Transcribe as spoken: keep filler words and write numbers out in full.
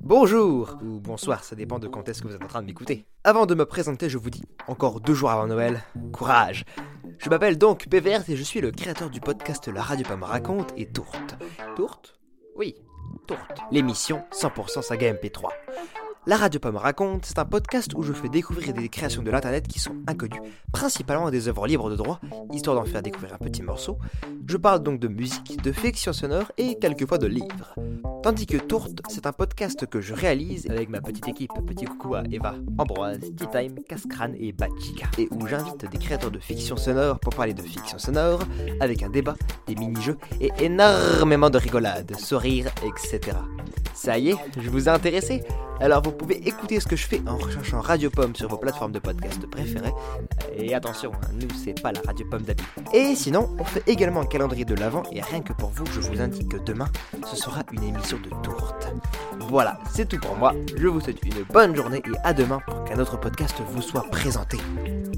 Bonjour ou bonsoir, ça dépend de quand est-ce que vous êtes en train de m'écouter. Avant de me présenter, je vous dis, encore deux jours avant Noël, courage. Je m'appelle donc Pévert et je suis le créateur du podcast La Radio Pomme raconte et Tourte. Tourte ? Oui, Tourte. L'émission cent pour cent saga M P trois. La Radio Pomme raconte, c'est un podcast où je fais découvrir des créations de l'internet qui sont inconnues, principalement des œuvres libres de droit, histoire d'en faire découvrir un petit morceau. Je parle donc de musique, de fiction sonore et quelquefois de livres. Tandis que Tourte, c'est un podcast que je réalise avec ma petite équipe, petit coucou à Eva, Ambroise, T-Time, Cascrane et Bachika, et où j'invite des créateurs de fiction sonore pour parler de fiction sonore, avec un débat, des mini-jeux et énormément de rigolades, sourires, et cetera. Ça y est, je vous ai intéressé ? Alors vous pouvez écouter ce que je fais en recherchant Radio Pomme sur vos plateformes de podcast préférées. Et attention, nous c'est pas la Radio Pomme d'habitude. Et sinon, on fait également un calendrier de l'Avent et rien que pour vous, je vous indique que demain, ce sera une émission de Tourte. Voilà, c'est tout pour moi. Je vous souhaite une bonne journée et à demain pour qu'un autre podcast vous soit présenté.